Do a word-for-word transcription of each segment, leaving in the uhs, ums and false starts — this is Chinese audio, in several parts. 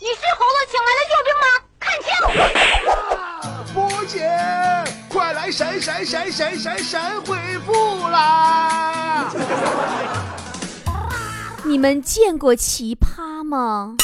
你是猴子请来的救兵吗？看清！ 啊，波姐，快来神神神神神神回复啦！ 你们见过奇葩吗？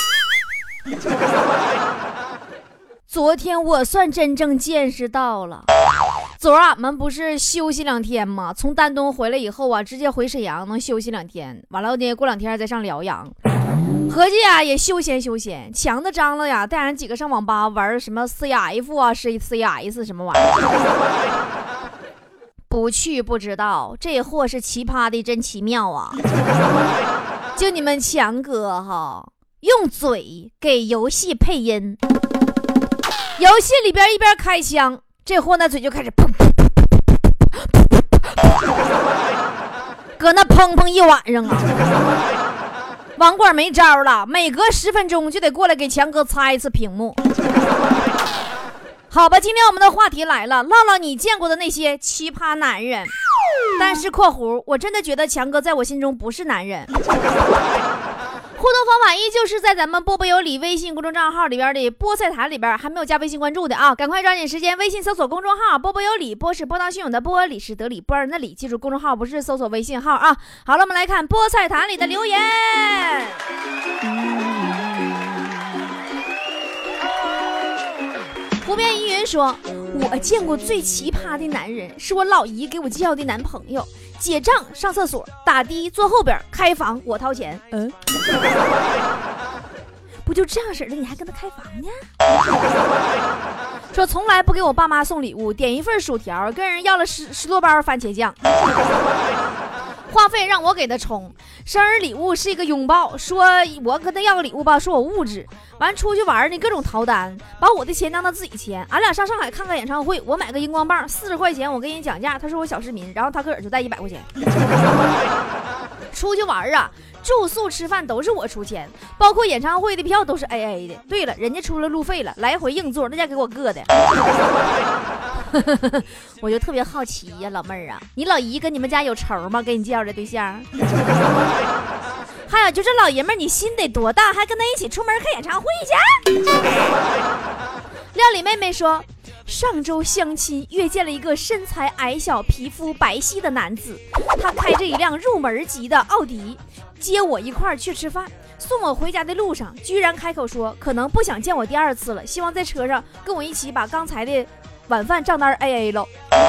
昨天我算真正见识到了。昨儿俺们不是休息两天吗？从丹东回来以后啊，直接回沈阳能休息两天，完了呢过两天再上辽阳。合计啊也休闲休闲，强的张了呀，带俺几个上网吧玩什么 C F 啊，是 C S 什么玩意儿。不去不知道，这货是奇葩的真奇妙啊！就你们强哥哈，用嘴给游戏配音，游戏里边一边开枪，这货那嘴就开始砰砰砰砰砰砰，搁那砰砰一晚上啊！网管没招了，每隔十分钟就得过来给强哥擦一次屏幕。好吧，今天我们的话题来了，唠唠你见过的那些奇葩男人。但是括弧，我真的觉得强哥在我心中不是男人。互动方法依旧是在咱们波波有理微信公众账号里边的菠菜坛里边，还没有加微信关注的啊，赶快抓紧时间，微信搜索公众号波波有理，波是波涛汹涌的波，理是得理波人的理，记住公众号不是搜索微信号啊。好了，我们来看菠菜坛里的留言。湖边疑云说，我见过最奇葩的男人是我老姨给我介绍的男朋友，结账上厕所打的坐后边，开房我掏钱。嗯，不就这样式的你还跟他开房呢？说从来不给我爸妈送礼物，点一份薯条跟人要了十十多包番茄酱，话费让我给他充，生日礼物是一个拥抱，说我跟他要个礼物吧，说我物质，完出去玩呢各种逃单，把我的钱当他自己钱。俺俩上上海看看演唱会，我买个荧光棒四十块钱，我跟人讲价，他说我小市民，然后他个儿就带一百块钱。出去玩啊，住宿吃饭都是我出钱，包括演唱会的票都是 A A 的。对了，人家出了路费了，来回硬座，那家给我硌的。我就特别好奇呀、啊，老妹儿啊，你老姨跟你们家有仇吗？给你介绍的对象？还有就这老爷们儿，你心得多大，还跟他一起出门看演唱会去？料理妹妹说，上周相亲约见了一个身材矮小、皮肤白皙的男子，他开着一辆入门级的奥迪，接我一块儿去吃饭。送我回家的路上，居然开口说可能不想见我第二次了，希望在车上跟我一起把刚才的晚饭账单 A A 了。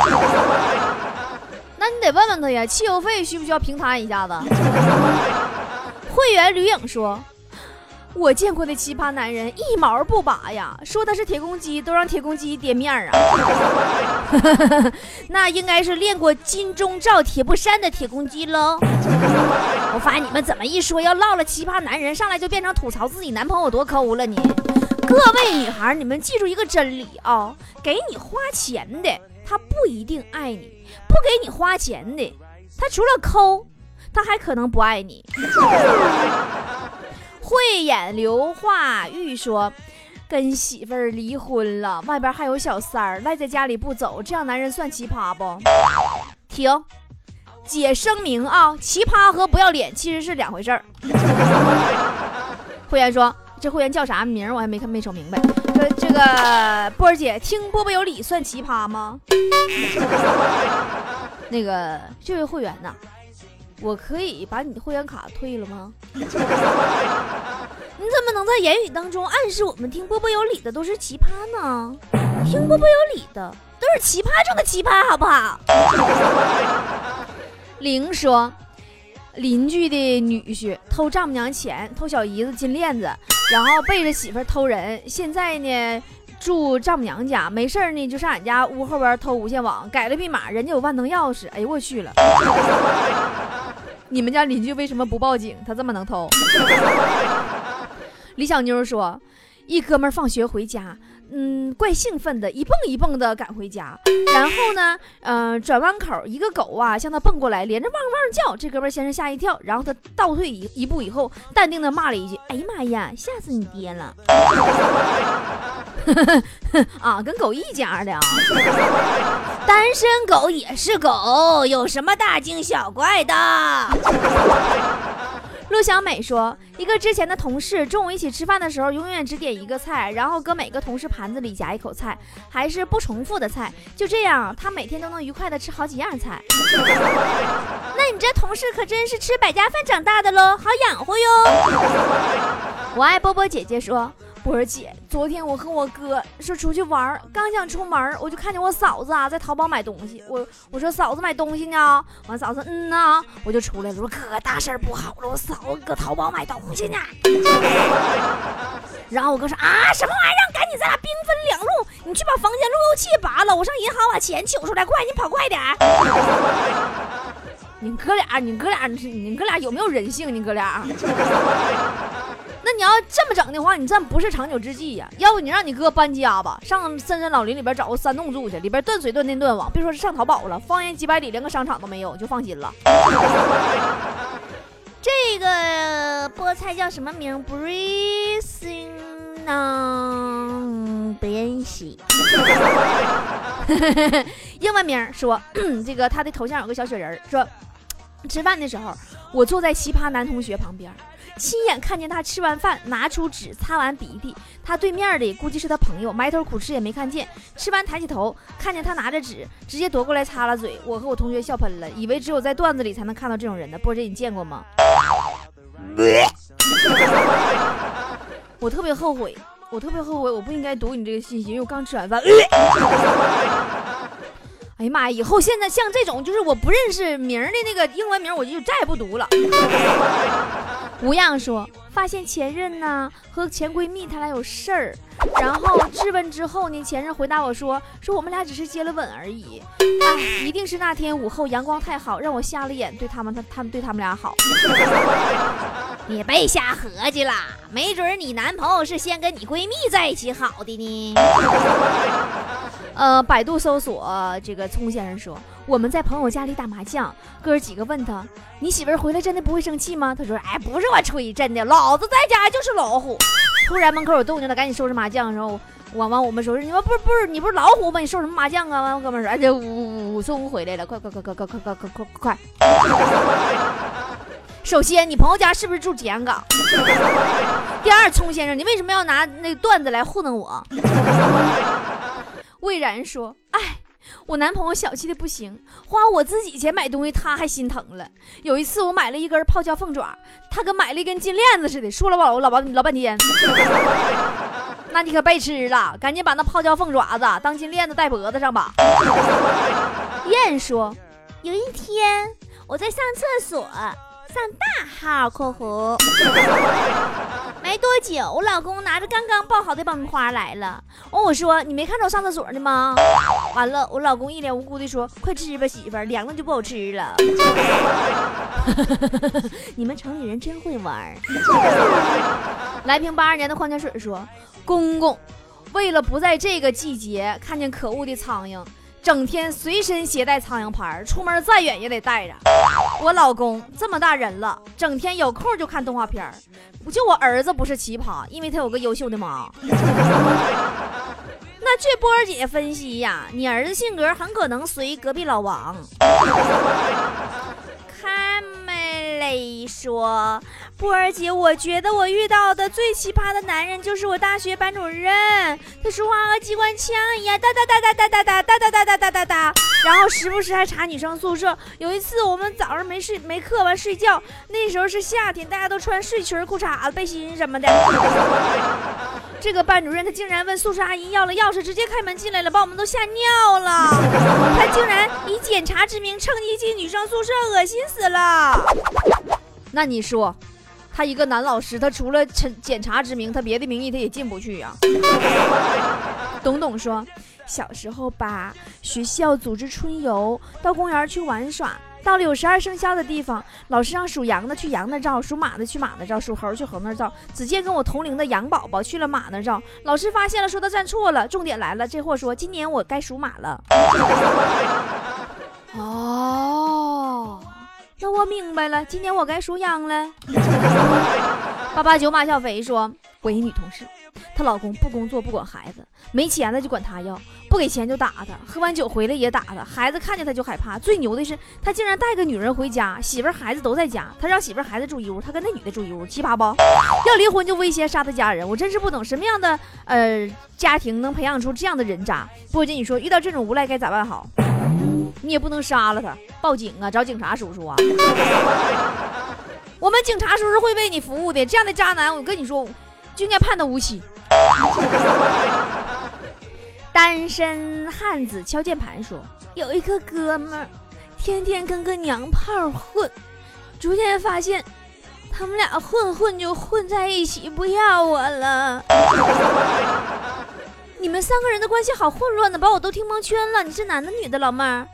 那你得问问他呀，汽油费需不需要平摊一下子？会员吕影说，我见过的奇葩男人一毛不拔呀，说他是铁公鸡都让铁公鸡跌面啊。那应该是练过金钟罩铁布衫的铁公鸡喽。我发现你们怎么一说要唠了奇葩男人，上来就变成吐槽自己男朋友多抠了你。各位女孩，你们记住一个真理啊、哦，给你花钱的他不一定爱你，不给你花钱的他除了抠他还可能不爱你。慧眼刘化玉说，跟媳妇儿离婚了，外边还有小三儿，赖在家里不走，这样男人算奇葩不？停，姐声明啊，奇葩和不要脸其实是两回事儿。慧眼说，这会员叫啥名我还没看没瞅明白。这这个波儿姐听波波有理算奇葩吗？那个这位会员呢，我可以把你的会员卡退了吗？你怎么能在言语当中暗示我们听波波有理的都是奇葩呢？听波波有理的都是奇葩中的奇葩，好不好？玲说，邻居的女婿偷丈母娘钱，偷小姨子金链子，然后背着媳妇偷人，现在呢住丈母娘家，没事呢就上俺家屋后边偷无线网，改了密码，人家有万能钥匙。哎呦我去了，你们家邻居为什么不报警？他这么能偷？李小妞说，一哥们放学回家，嗯，怪兴奋的，一蹦一蹦的赶回家，然后呢，嗯、呃，转弯口一个狗啊向他蹦过来，连着汪汪叫，这哥们先是吓一跳，然后他倒退一一步以后，淡定的骂了一句：“哎呀妈呀，吓死你爹了！”啊，跟狗一家的啊，单身狗也是狗，有什么大惊小怪的？ 陆小美说，一个之前的同事中午一起吃饭的时候永远只点一个菜，然后搁每个同事盘子里夹一口菜，还是不重复的菜，就这样他每天都能愉快的吃好几样菜。那你这同事可真是吃百家饭长大的咯，好养活哟。我爱波波姐姐说，波儿姐，昨天我和我哥说出去玩，刚想出门，我就看见我嫂子啊在淘宝买东西。我我说嫂子买东西呢，完嫂子嗯呐，我就出来了，我说哥大事不好了，我嫂子搁淘宝买东西呢。然后我哥说啊什么玩意儿，赶紧咱俩兵分两路，你去把房间路由器拔了，我上银行把钱取出来，快你跑快点。你哥俩，你哥俩，你哥俩有没有人性？你哥俩。那你要这么整的话，你这不是长久之计呀、啊。要不你让你哥搬家吧，上深山老林里边找个山洞住去，里边断水断电断网，别说是上淘宝了，方圆几百里连个商场都没有，就放心了。这个菠菜叫什么名 ？Bracing non Blancy， 英文名说，这个他的头像有个小雪人，说吃饭的时候，我坐在奇葩男同学旁边。亲眼看见他吃完饭拿出纸擦完鼻涕，他对面的估计是他朋友，埋头苦吃也没看见，吃完抬起头看见他拿着纸直接夺过来擦了嘴，我和我同学笑喷了，以为只有在段子里才能看到这种人呢。波姐你见过吗？我特别后悔我特别后悔我不应该读你这个信息，因为我刚吃完饭、哎呀妈呀，以后现在像这种就是我不认识名的那个英文名我就再也不读了。吴恙说，发现前任呢和前闺蜜他俩有事儿，然后质问之后呢，前任回答我说说我们俩只是接了吻而已。哎，一定是那天午后阳光太好，让我瞎了眼，对他们他他们对他们俩好。你别瞎合计啦，没准你男朋友是先跟你闺蜜在一起好的呢。呃，百度搜索、呃、这个聪先生说，我们在朋友家里打麻将，哥儿几个问他，你媳妇儿回来真的不会生气吗？他说，哎，不是我吹，真的，老子在家就是老虎。突然门口有动静了，赶紧收拾麻将，然后我完我们收拾，你们不是不是你不是老虎吗？你收什么麻将啊？完我哥们说，哎，这武武松回来了，快快快快快快快快快快！首先，你朋友家是不是住吉安港？第二，聪先生，你为什么要拿那段子来糊弄我？魏然说，哎，我男朋友小气的不行，花我自己钱买东西他还心疼了。有一次我买了一根泡椒凤爪，他跟买了一根金链子似的，说了我老半老半天。那你可别吃了，赶紧把那泡椒凤爪子当金链子戴脖子上吧。燕说，有一天我在上厕所，上大号括弧没多久，我老公拿着刚刚爆好的爆米花来了，问我说，你没看着我上厕所呢吗？完了，我老公一脸无辜地说，快吃吧媳妇儿，凉了就不好吃了。你们城里人真会玩。来瓶八二年的矿泉水说，公公为了不在这个季节看见可恶的苍蝇，整天随身携带苍蝇牌，出门再远也得带着。我老公这么大人了，整天有空就看动画片，就我儿子不是奇葩，因为他有个优秀的妈。那据波儿姐分析呀，你儿子性格很可能随隔壁老王。看没雷说，波儿姐，我觉得我遇到的最奇葩的男人就是我大学班主任，他说话和机关枪一样，哒哒哒哒哒哒哒哒哒哒哒哒哒哒，然后时不时还查女生宿舍。有一次我们早上没睡没课完睡觉，那时候是夏天，大家都穿睡裙裤衩子背心什么的。这个班主任他竟然问宿舍阿姨要了钥匙，直接开门进来了，把我们都吓尿了。他竟然以检查之名趁机进女生宿舍，恶心死了。那你说他一个男老师，他除了检查之名，他别的名义他也进不去啊。董董说，小时候吧，学校组织春游，到公园去玩耍，到了有十二生肖的地方，老师让属羊的去羊那照，属马的去马那照，属猴去猴那照。只见跟我同龄的羊宝宝去了马那照，老师发现了，说他站错了。重点来了，这货说今年我该属马了。哦，那我明白了，今年我该属羊了。 八八九马小肥说，我一女同事，她老公不工作不管孩子，没钱了就管她要，不给钱就打她，喝完酒回来也打她，孩子看见她就害怕。最牛的是他竟然带个女人回家，媳妇儿孩子都在家，他让媳妇儿孩子住一屋，他跟那女的住一屋，奇葩不？要离婚就威胁杀他家人，我真是不懂什么样的呃家庭能培养出这样的人渣。波姐，你说遇到这种无赖该咋办好？你也不能杀了他，报警啊，找警察叔叔啊。我们警察叔叔会为你服务的，这样的渣男我跟你说就应该判他无期。单身汉子敲键盘说，有一个哥们儿天天跟个娘炮混，逐渐发现他们俩混混就混在一起，不要我了。你们三个人的关系好混乱的，把我都听蒙圈了。你是男的女的，老妹儿？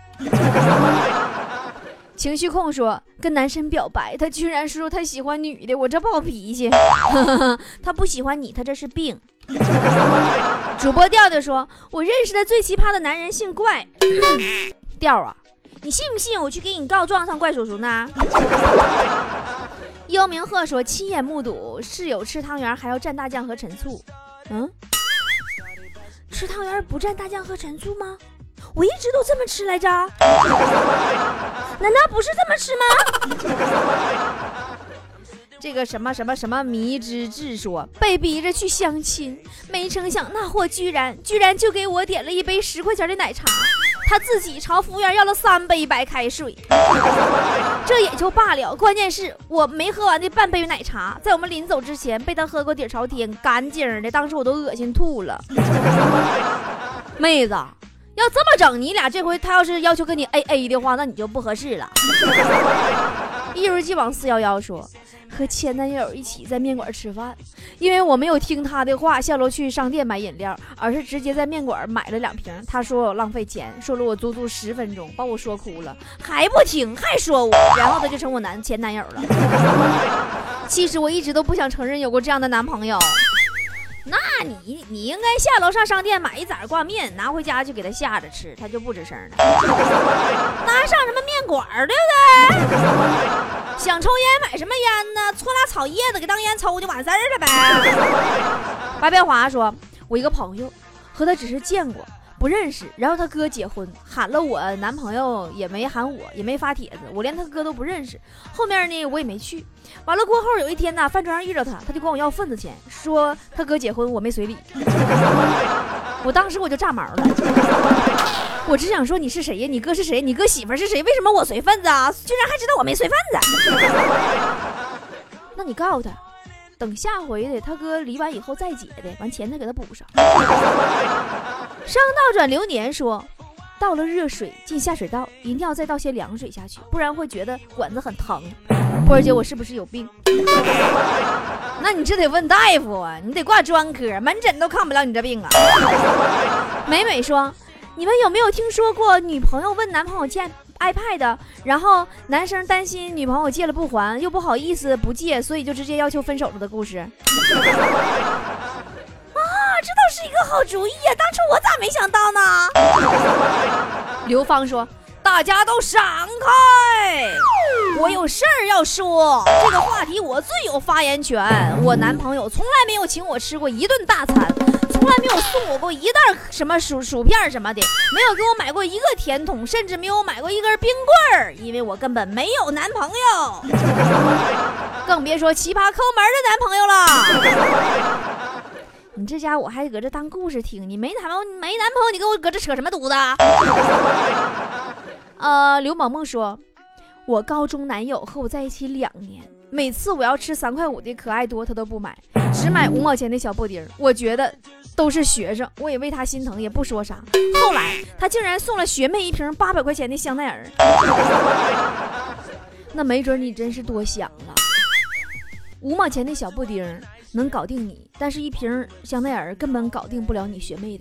情绪控说，跟男生表白，他居然说他喜欢女的，我这暴脾气。他不喜欢你，他这是病。主播调调说，我认识的最奇葩的男人姓怪。调啊，你信不信我去给你告状上怪叔叔呢？幽冥鹤说，亲眼目睹室友吃汤圆还要蘸大酱和陈醋。嗯，吃汤圆不蘸大酱和陈醋吗？我一直都这么吃来着，难道不是这么吃吗？这个什么什么什么迷之智说，被逼着去相亲，没成想那货居然居然就给我点了一杯十块钱的奶茶，他自己朝服务员要了三杯白开水。这也就罢了，关键是我没喝完的半杯奶茶，在我们临走之前被他喝过底朝天，干净的，当时我都恶心吐了。妹子要这么整，你俩这回他要是要求跟你 A A 的话，那你就不合适了。一如既往四一一说，和前男友一起在面馆吃饭，因为我没有听他的话下楼去商店买饮料，而是直接在面馆买了两瓶。他说我浪费钱，说了我足足十分钟，把我说哭了，还不听还说我，然后他就成我男前男友了。其实我一直都不想承认有过这样的男朋友。那你你应该下楼上商店买一枣挂面，拿回家就给他下着吃，他就不吱声了。拿上什么面馆对不对？想抽烟买什么烟呢？搓拉草叶子给当烟抽就完事儿了呗。白变华说，我一个朋友和他只是见过不认识，然后他哥结婚喊了我男朋友，也没喊我，也没发帖子，我连他哥都不认识。后面呢我也没去，完了过后有一天呢，饭桌上遇着他，他就管我要份子钱，说他哥结婚我没随礼。我当时我就炸毛了，我只想说你是谁呀？你哥是谁？你哥媳妇是谁？为什么我随份子啊？居然还知道我没随份子。那你告诉他，等下回的他哥离完以后再结的，完钱再给他补上。商道转流年说，倒了热水进下水道，一定要再倒些凉水下去，不然会觉得管子很疼。波儿姐，我是不是有病？那你这得问大夫啊，你得挂专科，门诊都看不了你这病啊。美美说，你们有没有听说过女朋友问男朋友借 iPad， 然后男生担心女朋友借了不还，又不好意思不借，所以就直接要求分手了的故事？啊，这倒是一个好主意呀，当初我咋没想到呢？刘芳说，大家都闪开，我有事儿要说，这个话题我最有发言权。我男朋友从来没有请我吃过一顿大餐，从来没有送我过一袋什么薯薯片什么的，没有给我买过一个甜筒，甚至没有买过一根冰棍儿，因为我根本没有男朋友，更别说奇葩抠门的男朋友了。你这家我还搁这当故事听，你没男朋友没男朋友，你跟我搁这扯什么犊子啊？呃，刘萌萌说，我高中男友和我在一起两年，每次我要吃三块五的可爱多他都不买，只买五毛钱的小布丁。我觉得都是学生，我也为他心疼，也不说啥。后来他竟然送了学妹一瓶八百块钱的香奈儿，那没准你真是多想了。五毛钱的小布丁能搞定你，但是一瓶香奈儿根本搞定不了你学妹的。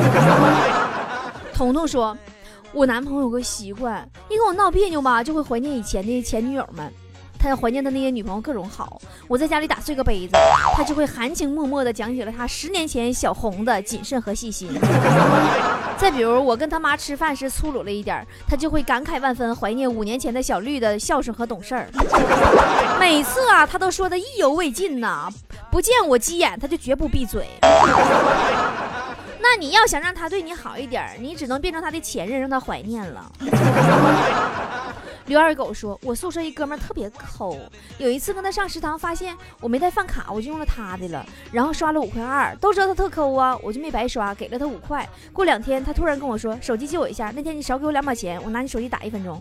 彤彤说，我男朋友有个习惯，一跟我闹别扭吧，就会怀念以前的前女友们。 他怀念他那些女朋友各种好。我在家里打碎个杯子，他就会含情脉脉地讲起了他十年前小红的谨慎和细心。再比如我跟他妈吃饭时粗鲁了一点，他就会感慨万分，怀念五年前的小绿的孝顺和懂事儿。每次啊，他都说的意犹未尽呐，不见我急眼，他就绝不闭嘴。那你要想让他对你好一点，你只能变成他的前任，让他怀念了。刘二狗说，我宿舍一哥们儿特别抠，有一次跟他上食堂，发现我没带饭卡，我就用了他的了，然后刷了五块二，都知道他特抠啊，我就没白刷，给了他五块。过两天他突然跟我说，手机借我一下，那天你少给我两毛钱，我拿你手机打一分钟。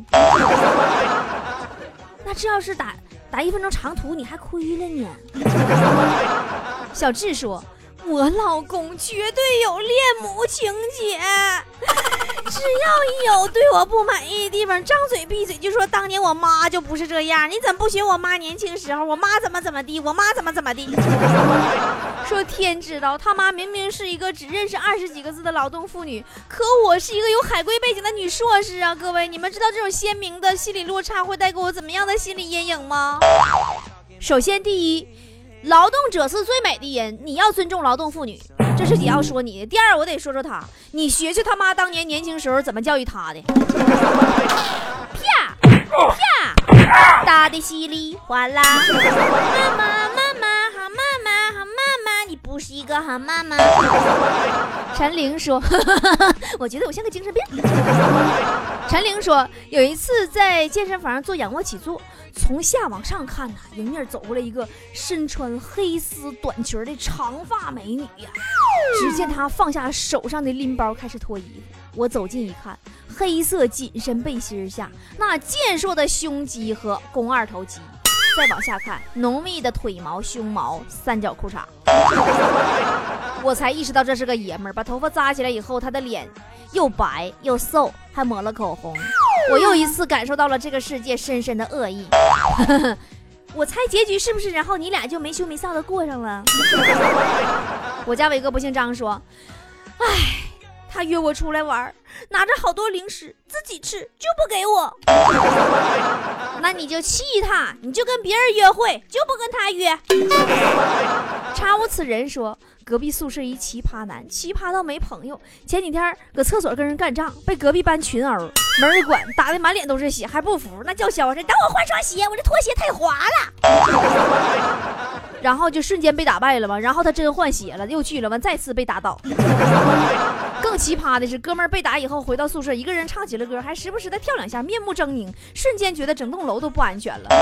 那这要是打打一分钟长途，你还亏了呢。小智说，我老公绝对有恋母情节，只要一有对我不满意的地方，张嘴闭嘴就说当年我妈就不是这样，你怎么不学我妈年轻时候，我妈怎么怎么地，我妈怎么怎么地。说天知道他妈明明是一个只认识二十几个字的劳动妇女，可我是一个有海归背景的女硕士啊！各位，你们知道这种鲜明的心理落差会带给我怎么样的心理阴影吗？首先第一，劳动者是最美的人，你要尊重劳动妇女，这是你要说你的。第二，我得说说他，你学学他妈当年年轻时候怎么教育他的。啪啪，打的稀里哗啦。妈妈妈妈好妈妈好妈妈，你不是一个好妈妈。陈玲说呵呵呵，我觉得我像个精神病。陈玲说，有一次在健身房上做仰卧起坐，从下往上看呐，迎面走过来一个身穿黑丝短裙的长发美女呀。只见她放下手上的拎包，开始脱衣服。我走近一看，黑色紧身背心下那健硕的胸肌和肱二头肌，再往下看，浓密的腿毛、胸毛、三角裤衩。我才意识到这是个爷们儿。把头发扎起来以后，他的脸又白又瘦，还抹了口红。我又一次感受到了这个世界深深的恶意。我猜结局是不是然后你俩就没羞没臊的过上了？我家伟哥不姓张说，唉，他约我出来玩，拿着好多零食自己吃，就不给我。那你就气他，你就跟别人约会，就不跟他约。查无此人说，隔壁宿舍一奇葩男，奇葩到没朋友。前几天搁厕所跟人干仗，被隔壁班群殴，没人管，打得满脸都是血，还不服，那叫嚣着等我换双鞋，我这拖鞋太滑了。然后就瞬间被打败了嘛，然后他真换鞋了，又去了，完再次被打倒。更奇葩的是，哥们儿被打以后回到宿舍，一个人唱起了歌，还时不时的跳两下，面目狰狞，瞬间觉得整栋楼都不安全了。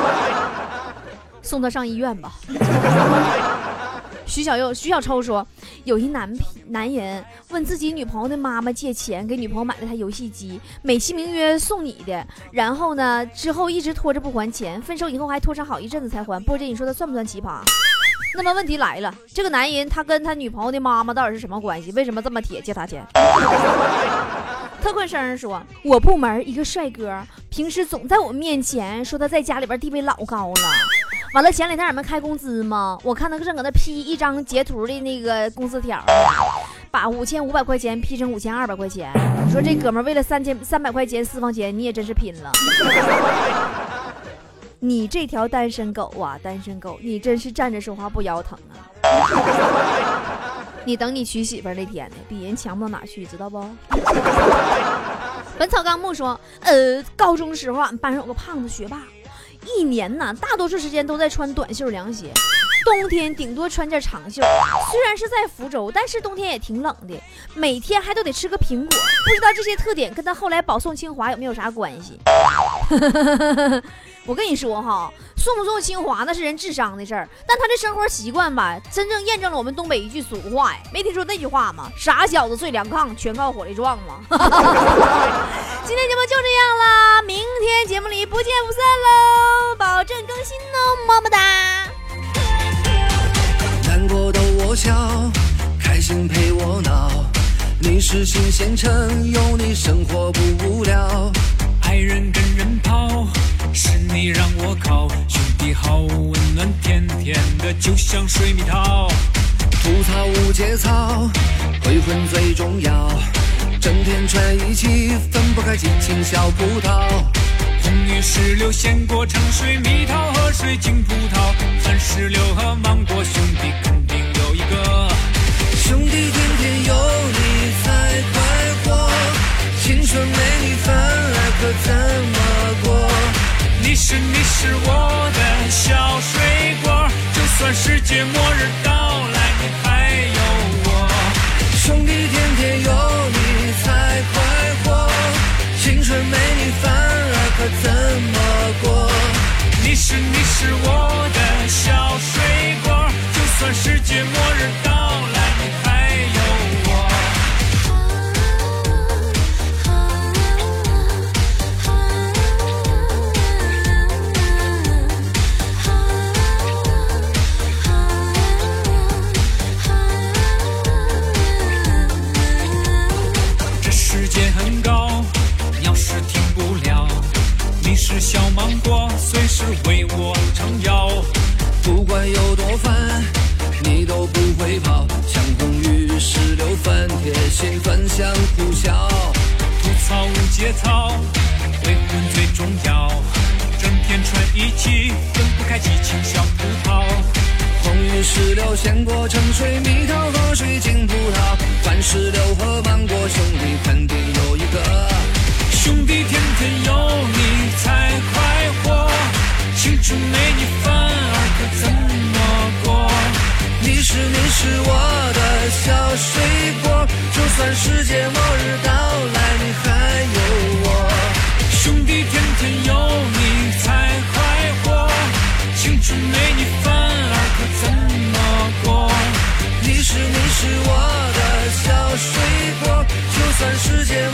送他上医院吧。徐小佑、徐小抽说，有一男男人问自己女朋友的妈妈借钱，给女朋友买了台游戏机，美其名曰送你的，然后呢，之后一直拖着不还钱，分手以后还拖上好一阵子才还。波姐，你说他算不算奇葩？那么问题来了，这个男人他跟他女朋友的妈妈到底是什么关系？为什么这么铁借他钱？特困生说，我部门一个帅哥，平时总在我面前说他在家里边地位老高了。完了前两天俺们开工资嘛，我看他正搁那 P 一张截图的那个工资条，把五千五百块钱 P 成五千二百块钱。你说这哥们为了三千三百块钱私房钱，你也真是拼了。你这条单身狗啊，单身狗，你真是站着说话不腰疼啊！你等你娶媳妇那天呢，比人强不到哪去，知道不？本草纲目说，呃，高中时候俺们班上有个胖子学霸。一年呢，大多数时间都在穿短袖凉鞋，冬天顶多穿件长袖。虽然是在福州，但是冬天也挺冷的，每天还都得吃个苹果。不知道这些特点跟他后来保送清华有没有啥关系？我跟你说哈，送不送清华那是人智商的事儿，但他这生活习惯吧，真正验证了我们东北一句俗话呀，没听说那句话吗？傻小子睡凉炕，全靠火力壮嘛。今天节目就这样啦，明天节目里不见不散喽，保证更新哦，么么哒。 难过逗我笑，开心陪我闹，你是新鲜城，有你生活不无聊。 爱人跟人跑，是你让我靠，兄弟好温暖，甜甜的就像水蜜桃。 吐槽无节操，会混最重要，整天串一起，分不开激情小葡萄。 红玉石榴、鲜果、橙水、蜜桃和水晶葡萄，番石榴和芒果，兄弟肯定有一个。 兄弟天天有你才快活，青春没你反而可怎么过？ 你是你是我的小水果，就算世界末日到来，你还有我。 兄弟天天有你才快活，青春没你反而可怎么过？ 你是你是我的小水果，就算世界末日到来，你还有我。这世界很高，要是停不了，你是小芒果，随时为我撑腰。 不管有多烦，你都不会跑，像红玉石榴粉贴心分享苦笑。 吐槽无节操，为婚最重要，整天串一起，分不开激情小葡萄。 红玉石榴、鲜果、橙水、蜜桃和水晶葡萄，番石榴和芒果，兄弟肯定有一个。 兄弟天天有你才快活，青春没你反而可怎么过？ 你是你是我的小水果，就算世界末日到来，你还有我。 兄弟天天有你才快活，青春没你反而可怎么过？ 你是你是我的小水果，就算世界